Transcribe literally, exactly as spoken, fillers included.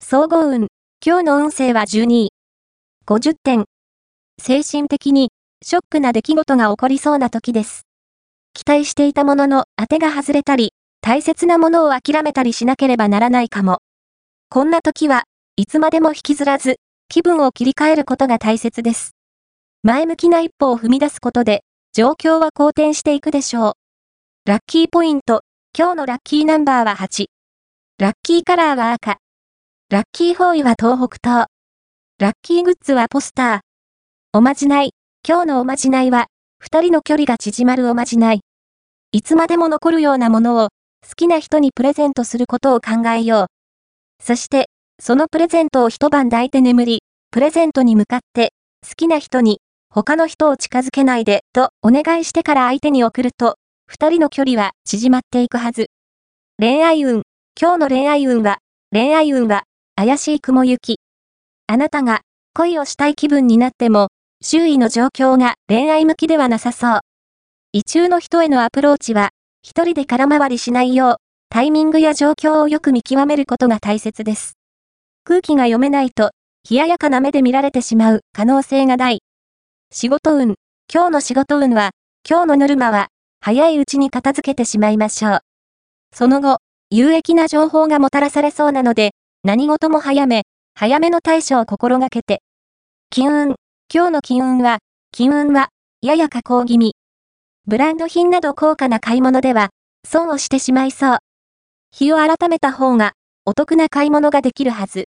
総合運。今日の運勢はじゅうにい。ごじゅってん。精神的にショックな出来事が起こりそうな時です。期待していたものの当てが外れたり、大切なものを諦めたりしなければならないかも。こんな時はいつまでも引きずらず、気分を切り替えることが大切です。前向きな一歩を踏み出すことで、状況は好転していくでしょう。ラッキーポイント。今日のラッキーナンバーははち。ラッキーカラーは赤。ラッキーフォーイは東北東。ラッキーグッズはポスター。おまじない。今日のおまじないは、二人の距離が縮まるおまじない。いつまでも残るようなものを、好きな人にプレゼントすることを考えよう。そして、そのプレゼントを一晩抱いて眠り、プレゼントに向かって、好きな人に、他の人を近づけないで、とお願いしてから相手に送ると、二人の距離は縮まっていくはず。恋愛運。今日の恋愛運は、恋愛運は、怪しい雲行き。あなたが、恋をしたい気分になっても、周囲の状況が恋愛向きではなさそう。意中の人へのアプローチは、一人で空回りしないよう、タイミングや状況をよく見極めることが大切です。空気が読めないと、冷ややかな目で見られてしまう可能性が大。仕事運。今日の仕事運は、今日のノルマは、早いうちに片付けてしまいましょう。その後、有益な情報がもたらされそうなので、何事も早め、早めの対処を心がけて。金運。今日の金運は、金運は、やや下降気味。ブランド品など高価な買い物では、損をしてしまいそう。日を改めた方が、お得な買い物ができるはず。